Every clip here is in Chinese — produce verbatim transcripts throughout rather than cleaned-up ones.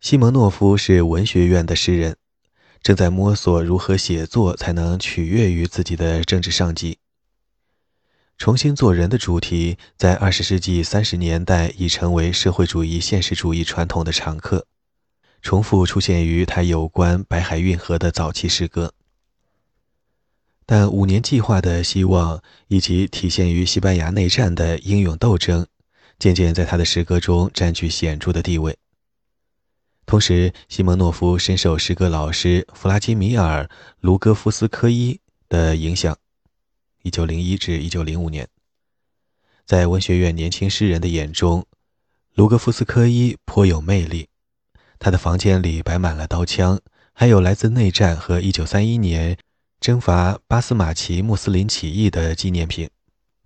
西蒙诺夫是文学院的诗人，正在摸索如何写作才能取悦于自己的政治上级。重新做人的主题在二十世纪三十年代已成为社会主义现实主义传统的常客，重复出现于他有关白海运河的早期诗歌。但五年计划的希望以及体现于西班牙内战的英勇斗争，渐渐在他的诗歌中占据显著的地位。同时，西蒙诺夫深受诗歌老师弗拉基米尔·卢戈夫斯科伊的影响 （一九零一至一九零五年）。在文学院年轻诗人的眼中，卢戈夫斯科伊颇有魅力。他的房间里摆满了刀枪，还有来自内战和一九三一年征伐巴斯马奇穆斯林起义的纪念品。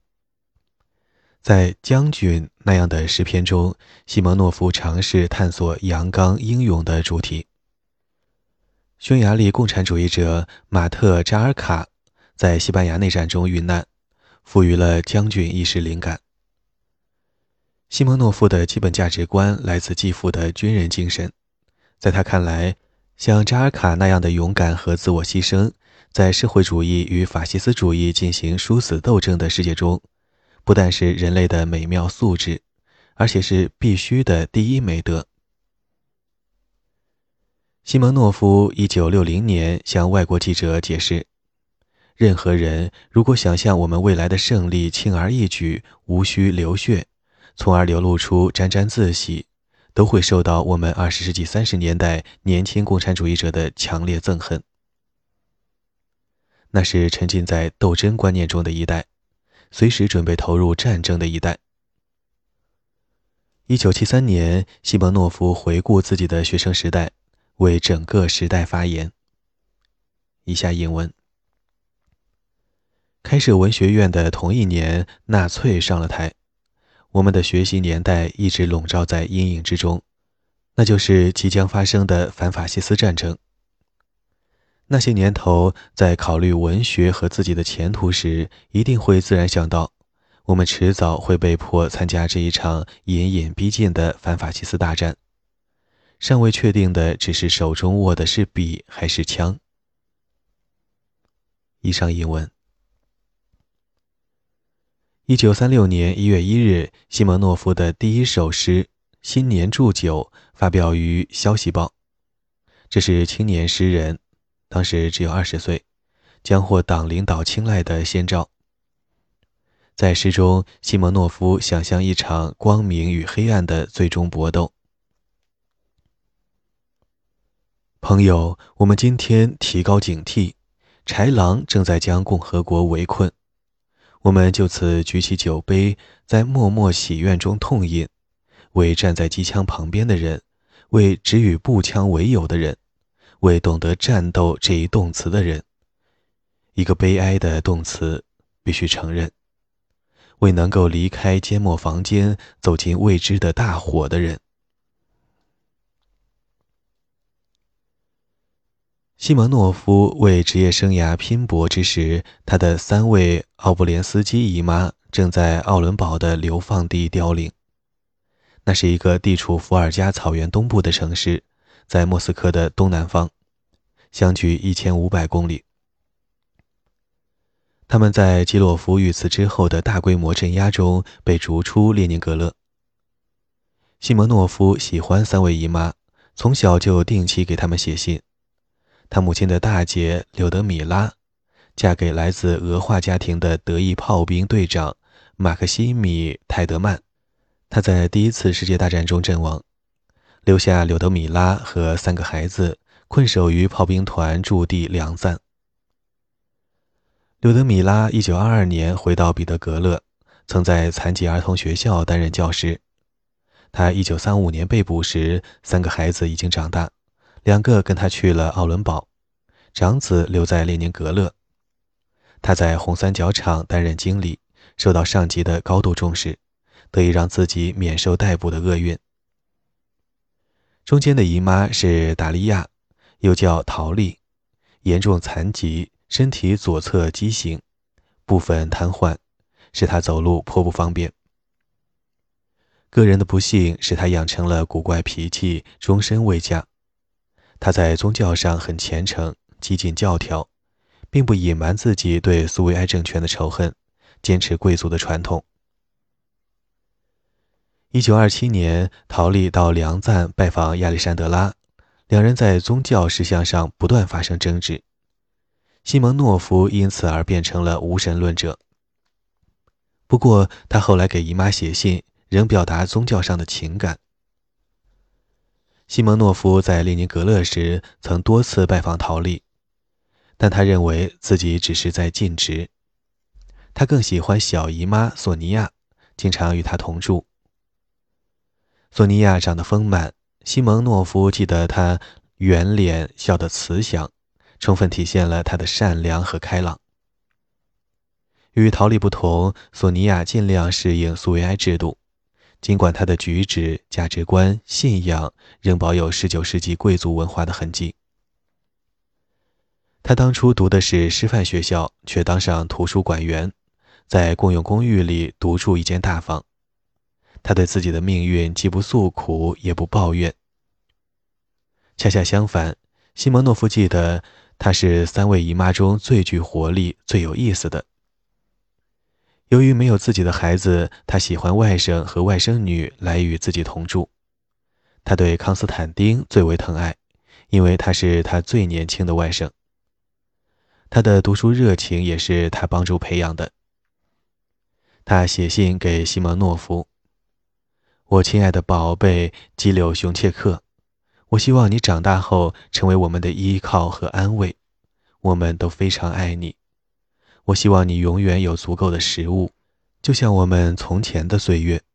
在将军那样的诗篇中，西蒙诺夫尝试探索阳刚英勇的主题。匈牙利共产主义者马特扎尔卡在西班牙内战中遇难，赋予了将军一诗灵感。西蒙诺夫的基本价值观来自继父的军人精神，在他看来，像扎尔卡那样的勇敢和自我牺牲，在社会主义与法西斯主义进行殊死斗争的世界中，不但是人类的美妙素质，而且是必须的第一美德。西蒙诺夫一九六零年向外国记者解释，任何人如果想象我们未来的胜利轻而易举，无需流血，从而流露出沾沾自喜，都会受到我们二十世纪三十年代年轻共产主义者的强烈憎恨。那是沉浸在斗争观念中的一代，随时准备投入战争的一代。一九七三年，西蒙诺夫回顾自己的学生时代，为整个时代发言。以下引文：开设文学院的同一年，纳粹上了台，我们的学习年代一直笼罩在阴影之中，那就是即将发生的反法西斯战争。那些年头，在考虑文学和自己的前途时，一定会自然想到，我们迟早会被迫参加这一场隐隐逼近的反法西斯大战。尚未确定的只是手中握的是笔还是枪。以上引文。一九三六年一月一日，西蒙诺夫的第一首诗《新年祝酒》发表于《消息报》。这是青年诗人，当时只有二十岁，将获党领导青睐的先兆。在诗中，西蒙诺夫想象一场光明与黑暗的最终搏斗。朋友，我们今天提高警惕，豺狼正在将共和国围困。我们就此举起酒杯，在默默喜悦中痛饮，为站在机枪旁边的人，为只与步枪为友的人，为懂得战斗这一动词的人，一个悲哀的动词，必须承认，为能够离开缄默房间，走进未知的大火的人。西蒙诺夫为职业生涯拼搏之时，他的三位奥布连斯基姨妈正在奥伦堡的流放地凋零。那是一个地处伏尔加草原东部的城市，在莫斯科的东南方，相距一千五百公里。他们在基洛夫遇刺之后的大规模镇压中被逐出列宁格勒。西蒙诺夫喜欢三位姨妈，从小就定期给他们写信。他母亲的大姐柳德米拉，嫁给来自俄化家庭的德意炮兵队长马克西米·泰德曼。他在第一次世界大战中阵亡，留下柳德米拉和三个孩子困守于炮兵团驻地两赞。柳德米拉一九二二年回到彼得格勒，曾在残疾儿童学校担任教师。他一九三五年被捕时，三个孩子已经长大，两个跟他去了奥伦堡，长子留在列宁格勒。他在红三角厂担任经理，受到上级的高度重视，得以让自己免受逮捕的厄运。中间的姨妈是达利亚，又叫陶丽，严重残疾，身体左侧畸形，部分瘫痪，使她走路颇不方便。 个人的不幸使他养成了古怪脾气，终身未嫁。他在宗教上很虔诚，激进教条，并不隐瞒自己对苏维埃政权的仇恨，坚持贵族的传统。一九二七年，陶丽到梁赞拜访亚历山德拉，两人在宗教事项上不断发生争执。西蒙诺夫因此而变成了无神论者。不过，他后来给姨妈写信，仍表达宗教上的情感。西蒙诺夫在列宁格勒时曾多次拜访陶丽，但他认为自己只是在尽职。他更喜欢小姨妈索尼娅，经常与她同住。索尼娅长得丰满，西蒙诺夫记得她圆脸，笑得慈祥，充分体现了她的善良和开朗。与陶丽不同，索尼娅尽量适应苏维埃制度，尽管她的举止、价值观、信仰仍保有十九世纪贵族文化的痕迹。她当初读的是师范学校，却当上图书馆员，在公用公寓里独住一间大房。他对自己的命运既不诉苦，也不抱怨。恰恰相反，西蒙诺夫记得她是三位姨妈中最具活力、最有意思的。由于没有自己的孩子，他喜欢外甥和外甥女来与自己同住。他对康斯坦丁最为疼爱，因为他是他最年轻的外甥。他的读书热情也是他帮助培养的。他写信给西蒙诺夫：我亲爱的宝贝基柳熊切克，我希望你长大后成为我们的依靠和安慰，我们都非常爱你。我希望你永远有足够的食物，就像我们从前的岁月。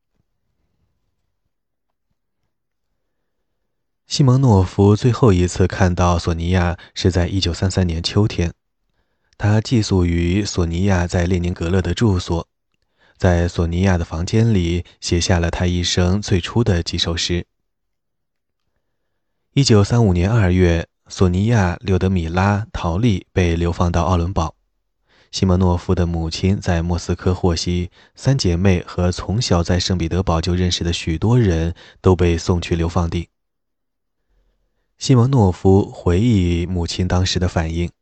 西蒙诺夫最后一次看到索尼娅是在一九三三年秋天，他寄宿于索尼娅在列宁格勒的住所，在索尼娅的房间里写下了他一生最初的几首诗。一九三五年二月，索尼娅、柳德米拉、陶丽被流放到奥伦堡。西蒙诺夫的母亲在莫斯科获悉，三姐妹和从小在圣彼得堡就认识的许多人都被送去流放地。西蒙诺夫回忆母亲当时的反应。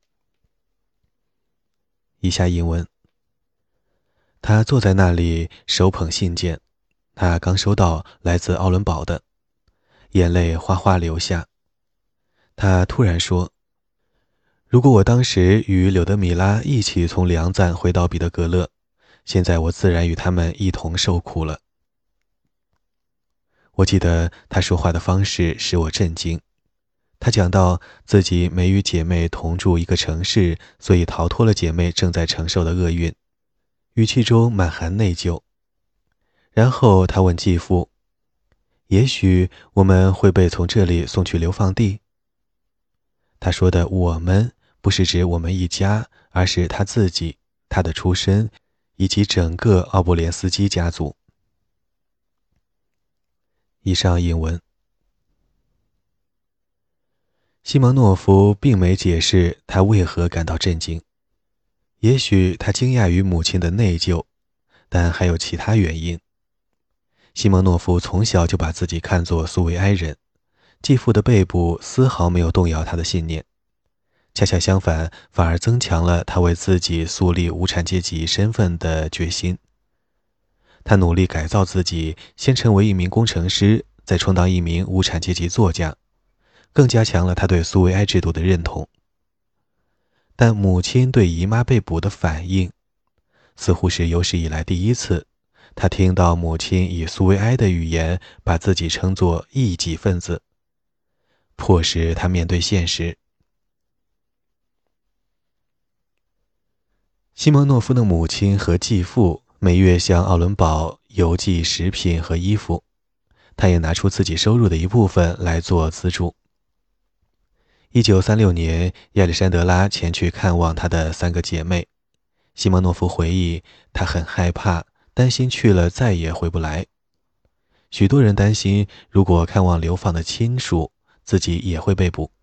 以下引文：他坐在那里，手捧信件，他刚收到来自奥伦堡的，眼泪哗哗流下。他突然说：如果我当时与柳德米拉一起从梁赞回到彼得格勒，现在我自然与他们一同受苦了。我记得他说话的方式使我震惊。他讲到自己没与姐妹同住一个城市，所以逃脱了姐妹正在承受的厄运，语气中满含内疚。然后他问继父：也许我们会被从这里送去流放地？他说的我们不是指我们一家，而是他自己、他的出身以及整个奥布连斯基家族。以上引文。西蒙诺夫并没解释他为何感到震惊，也许他惊讶于母亲的内疚，但还有其他原因。西蒙诺夫从小就把自己看作苏维埃人，继父的被捕丝毫没有动摇他的信念，恰恰相反，反而增强了他为自己树立无产阶级身份的决心。他努力改造自己，先成为一名工程师，再充当一名无产阶级作家，更加强了他对苏维埃制度的认同。但母亲对姨妈被捕的反应，似乎是有史以来第一次，他听到母亲以苏维埃的语言把自己称作异己分子，迫使他面对现实。西蒙诺夫的母亲和继父每月向奥伦堡邮寄食品和衣服，他也拿出自己收入的一部分来做资助。一九三六年，亚历山德拉前去看望她的三个姐妹。西蒙诺夫回忆，他很害怕，担心去了再也回不来。许多人担心，如果看望流放的亲属，自己也会被捕。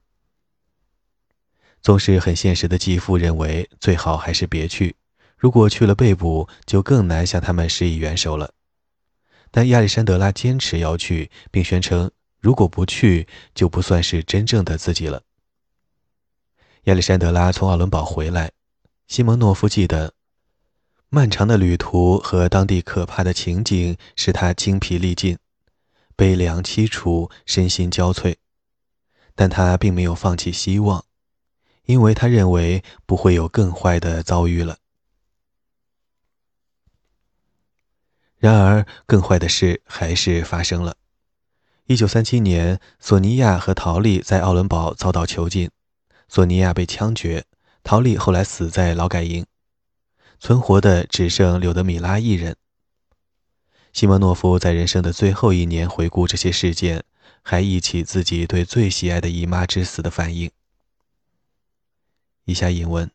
总是很现实的继父认为，最好还是别去，如果去了被捕，就更难向他们施以援手了。 但亚历山德拉坚持要去，并宣称如果不去，就不算是真正的自己了。亚历山德拉从奥伦堡回来，西蒙诺夫记得，漫长的旅途和当地可怕的情景使他精疲力尽，悲凉凄楚，身心交瘁。但他并没有放弃希望，因为他认为不会有更坏的遭遇了。然而，更坏的事还是发生了。一九三七年，索尼娅和陶丽在奥伦堡遭到囚禁，索尼娅被枪决，陶丽后来死在劳改营，存活的只剩柳德米拉一人。西蒙诺夫在人生的最后一年回顾这些事件，还忆起自己对最喜爱的姨妈之死的反应。以下引文：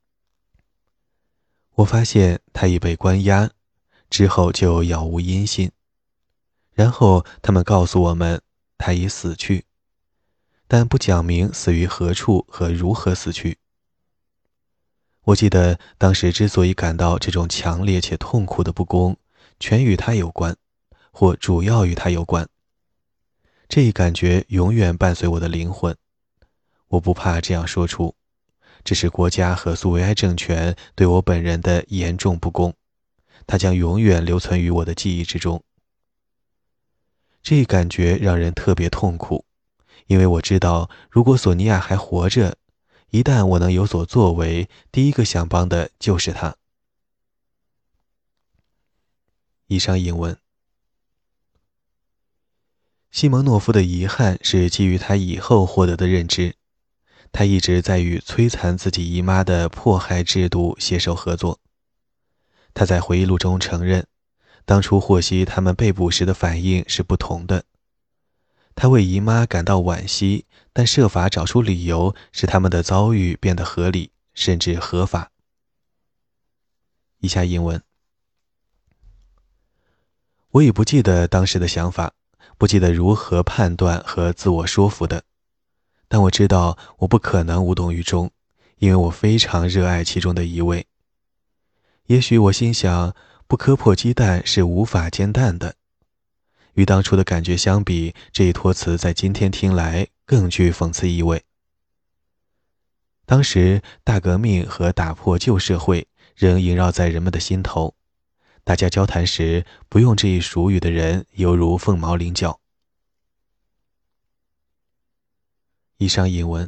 我发现她已被关押，之后就杳无音信。然后他们告诉我们，她已死去，但不讲明死于何处和如何死去。我记得当时之所以感到这种强烈且痛苦的不公，全与她有关，或主要与她有关。这一感觉永远伴随我的灵魂。我不怕这样说出，这是国家和苏维埃政权对我本人的严重不公，它将永远留存于我的记忆之中。这一感觉让人特别痛苦，因为我知道，如果索尼娅还活着，一旦我能有所作为，第一个想帮的就是她。以上引文。西蒙诺夫的遗憾是基于他以后获得的认知，他一直在与摧残自己姨妈的迫害制度携手合作。他在回忆录中承认，当初获悉他们被捕时的反应是不同的。他为姨妈感到惋惜，但设法找出理由，使他们的遭遇变得合理，甚至合法。以下引文。我已不记得当时的想法，不记得如何判断和自我说服的，但我知道我不可能无动于衷，因为我非常热爱其中的一位。也许我心想，不磕破鸡蛋是无法煎蛋的。与当初的感觉相比，这一托词在今天听来更具讽刺意味。当时，大革命和打破旧社会仍萦绕在人们的心头，大家交谈时不用这一俗语的人犹如凤毛麟角。以上引文。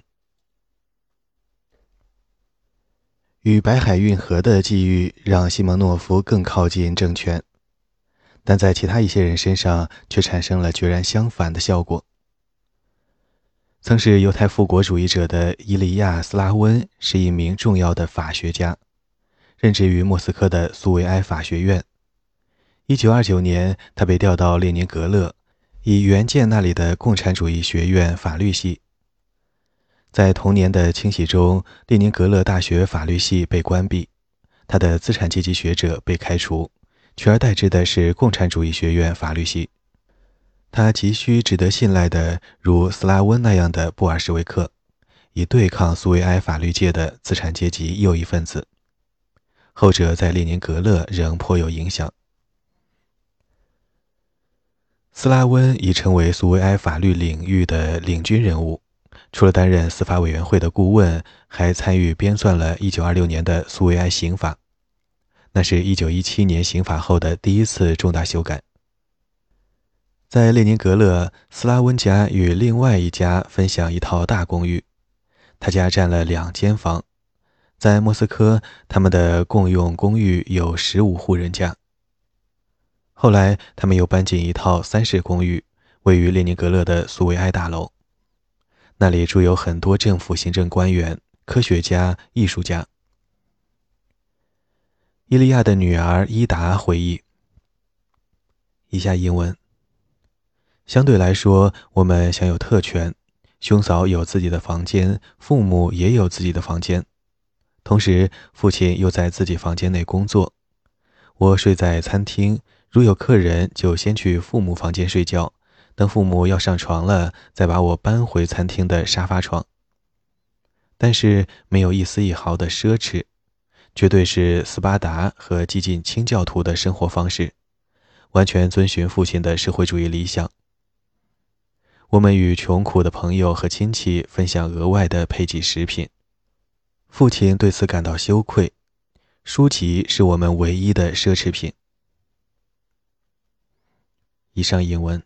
与白海运河的际遇让西蒙诺夫更靠近政权，但在其他一些人身上却产生了决然相反的效果。曾是犹太复国主义者的伊利亚·斯拉温是一名重要的法学家，任职于莫斯科的苏维埃法学院。一九二九年，他被调到列宁格勒，以援建那里的共产主义学院法律系。在同年的清洗中，列宁格勒大学法律系被关闭，他的资产阶级学者被开除，取而代之的是共产主义学院法律系。他急需值得信赖的如斯拉温那样的布尔什维克，以对抗苏维埃法律界的资产阶级右翼分子。后者在列宁格勒仍颇有影响。斯拉温已成为苏维埃法律领域的领军人物，除了担任司法委员会的顾问，还参与编纂了一九二六年的苏维埃刑法，那是一九一七年刑法后的第一次重大修改。在列宁格勒，斯拉温家与另外一家分享一套大公寓，他家占了两间房。在莫斯科，他们的共用公寓有十五户人家。后来，他们又搬进一套三室公寓，位于列宁格勒的苏维埃大楼。那里住有很多政府行政官员、科学家、艺术家。伊利亚的女儿伊达回忆，以下英文。相对来说，我们享有特权，兄嫂有自己的房间，父母也有自己的房间。同时，父亲又在自己房间内工作。我睡在餐厅，如有客人就先去父母房间睡觉，等父母要上床了，再把我搬回餐厅的沙发床。但是没有一丝一毫的奢侈，绝对是斯巴达和激进清教徒的生活方式。 完全遵循父亲的社会主义理想。我们与穷苦的朋友和亲戚分享额外的配给食品，父亲对此感到羞愧。书籍是我们唯一的奢侈品。以上引文。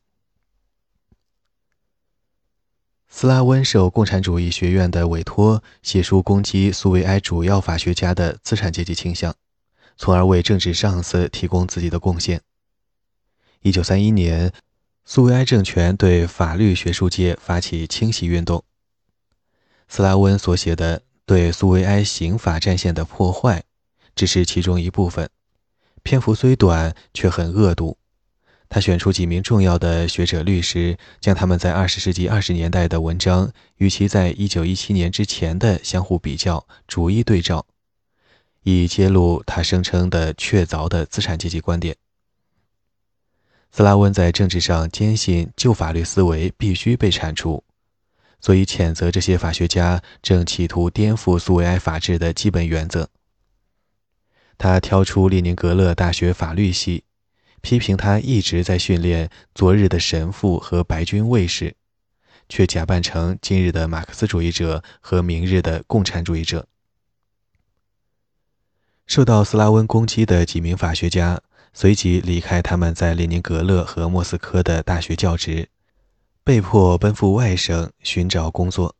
斯拉温受共产主义学院的委托，写书攻击苏维埃主要法学家的资产阶级倾向，从而为政治上司提供自己的贡献。一九三一年，苏维埃政权对法律学术界发起清洗运动。斯拉温所写的对苏维埃刑法战线的破坏只是其中一部分，篇幅虽短，却很恶毒。他选出几名重要的学者律师，将他们在二十世纪二十年代的文章与其在一九一七年之前的相互比较，逐一对照，以揭露他声称的确凿的资产阶级观点。斯拉温在政治上坚信旧法律思维必须被铲除，所以谴责这些法学家正企图颠覆苏维埃法治的基本原则。他挑出列宁格勒大学法律系，批评他一直在训练昨日的神父和白军卫士，却假扮成今日的马克思主义者和明日的共产主义者。受到斯拉温攻击的几名法学家随即离开他们在列宁格勒和莫斯科的大学教职，被迫奔赴外省寻找工作。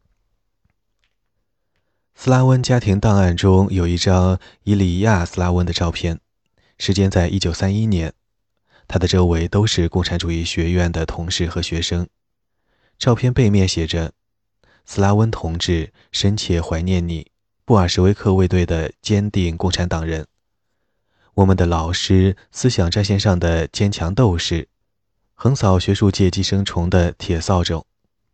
斯拉温家庭档案中有一张伊利亚·斯拉温的照片，时间在一九三一年，他的周围都是共产主义学院的同事和学生。照片背面写着：斯拉温同志，深切怀念你，布尔什维克卫队的坚定共产党人，我们的老师，思想战线上的坚强斗士，横扫学术界寄生虫的铁扫帚。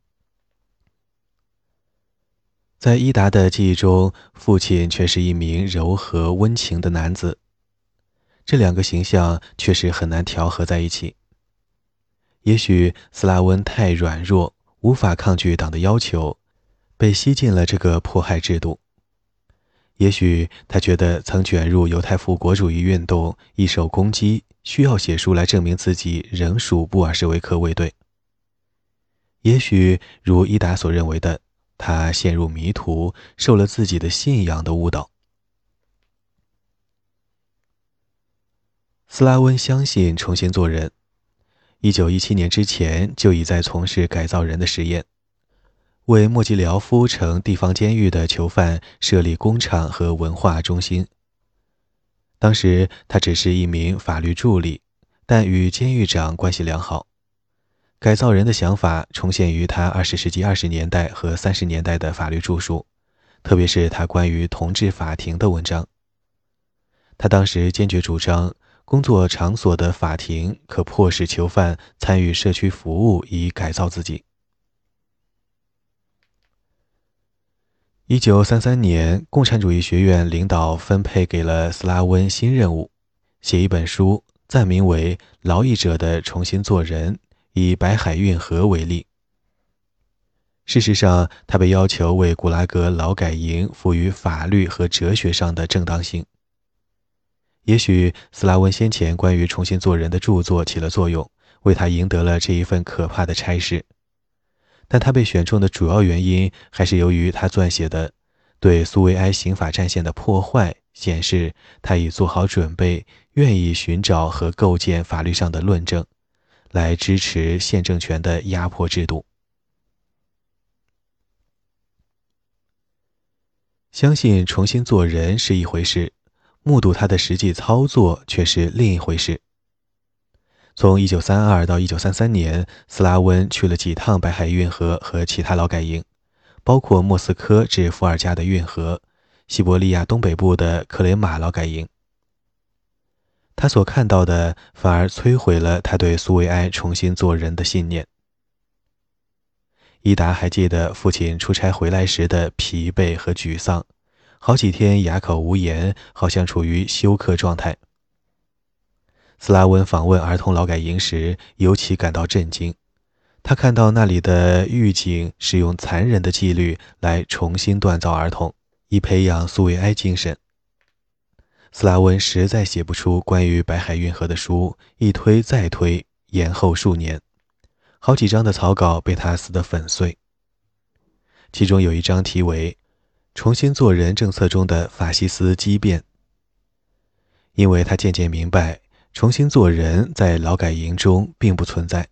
在伊达的记忆中，父亲却是一名柔和温情的男子。这两个形象确实很难调和在一起。也许斯拉温太软弱，无法抗拒党的要求，被吸进了这个迫害制度。也许他觉得曾卷入犹太复国主义运动，易受攻击，需要写书来证明自己仍属布尔什维克卫队。也许如伊达所认为的，他陷入迷途，受了自己的信仰的误导。斯拉温相信重新做人，一九一七年之前就已在从事改造人的实验，为莫吉廖夫城地方监狱的囚犯设立工厂和文化中心。当时他只是一名法律助理，但与监狱长关系良好。改造人的想法重现于他二十世纪二十年代和三十年代的法律著述，特别是他关于同志法庭的文章。他当时坚决主张，工作场所的法庭可迫使囚犯参与社区服务以改造自己。一九三三年，共产主义学院领导分配给了斯拉温新任务，写一本书，暂名为《劳役者的重新做人》，以白海运河为例。事实上，他被要求为古拉格劳改营赋予法律和哲学上的正当性。也许斯拉温先前关于重新做人的著作起了作用，为他赢得了这一份可怕的差事。但他被选中的主要原因还是由于他撰写的对苏维埃刑法战线的破坏显示他已做好准备，愿意寻找和构建法律上的论证，来支持现政权的压迫制度。相信重新做人是一回事，目睹他的实际操作却是另一回事。从一九三二到一九三三年，斯拉温去了几趟白海运河和其他劳改营，包括莫斯科至伏尔加的运河，西伯利亚东北部的克雷马劳改营。他所看到的反而摧毁了他对苏维埃重新做人的信念。伊达还记得父亲出差回来时的疲惫和沮丧，好几天哑口无言，好像处于休克状态。斯拉温访问儿童劳改营时尤其感到震惊，他看到那里的狱警使用残忍的纪律来重新锻造儿童，以培养苏维埃精神。 斯拉文实在写不出关于白海运河的书，一推再推，延后数年，好几章的草稿被他撕得粉碎。其中有一章题为重新做人政策中的法西斯畸变，因为他渐渐明白重新做人在劳改营中并不存在。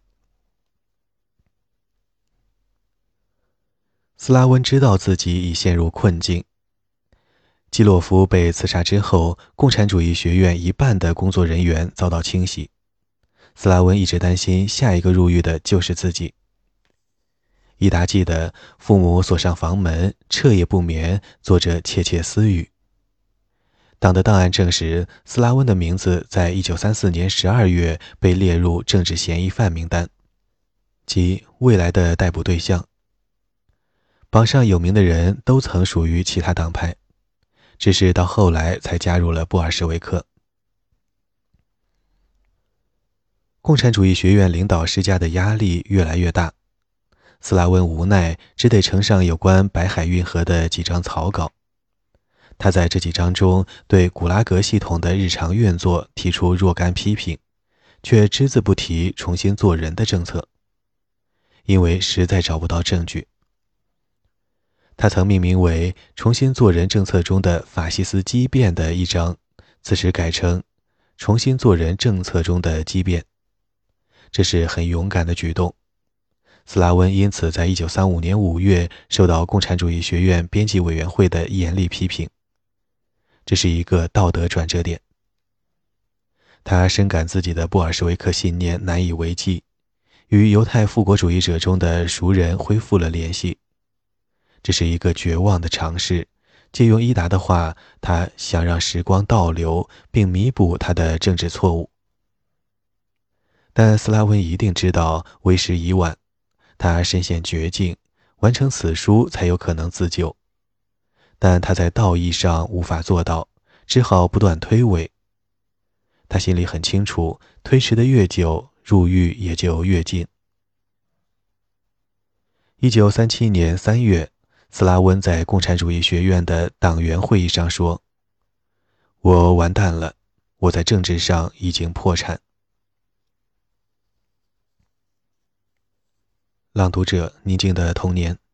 斯拉温知道自己已陷入困境。基洛夫被刺杀之后，共产主义学院一半的工作人员遭到清洗。斯拉温一直担心下一个入狱的就是自己。伊达记得父母锁上房门，彻夜不眠，做着窃窃私语。党的档案证实，斯拉温的名字在一九三四年十二月被列入政治嫌疑犯名单，即未来的逮捕对象。榜上有名的人都曾属于其他党派，只是到后来才加入了布尔什维克。共产主义学院领导施加的压力越来越大，斯拉温无奈，只得呈上有关白海运河的几张草稿。他在这几章中对古拉格系统的日常运作提出若干批评，却只字不提重新做人的政策，因为实在找不到证据。他曾命名为重新做人政策中的法西斯畸变的一章，此时改成重新做人政策中的畸变。这是很勇敢的举动。斯拉温因此在一九三五年五月受到共产主义学院编辑委员会的严厉批评，这是一个道德转折点。他深感自己的布尔什维克信念难以为继，与犹太复国主义者中的熟人恢复了联系。这是一个绝望的尝试，借用伊达的话，他想让时光倒流，并弥补他的政治错误。但斯拉温一定知道为时已晚，他深陷绝境，完成此书才有可能自救。但他在道义上无法做到，只好不断推诿。他心里很清楚，推迟的越久，入狱也就越近。一九三七年三月，斯拉温在共产主义学院的党员会议上说：“我完蛋了，我在政治上已经破产。”朗读者：宁静的童年。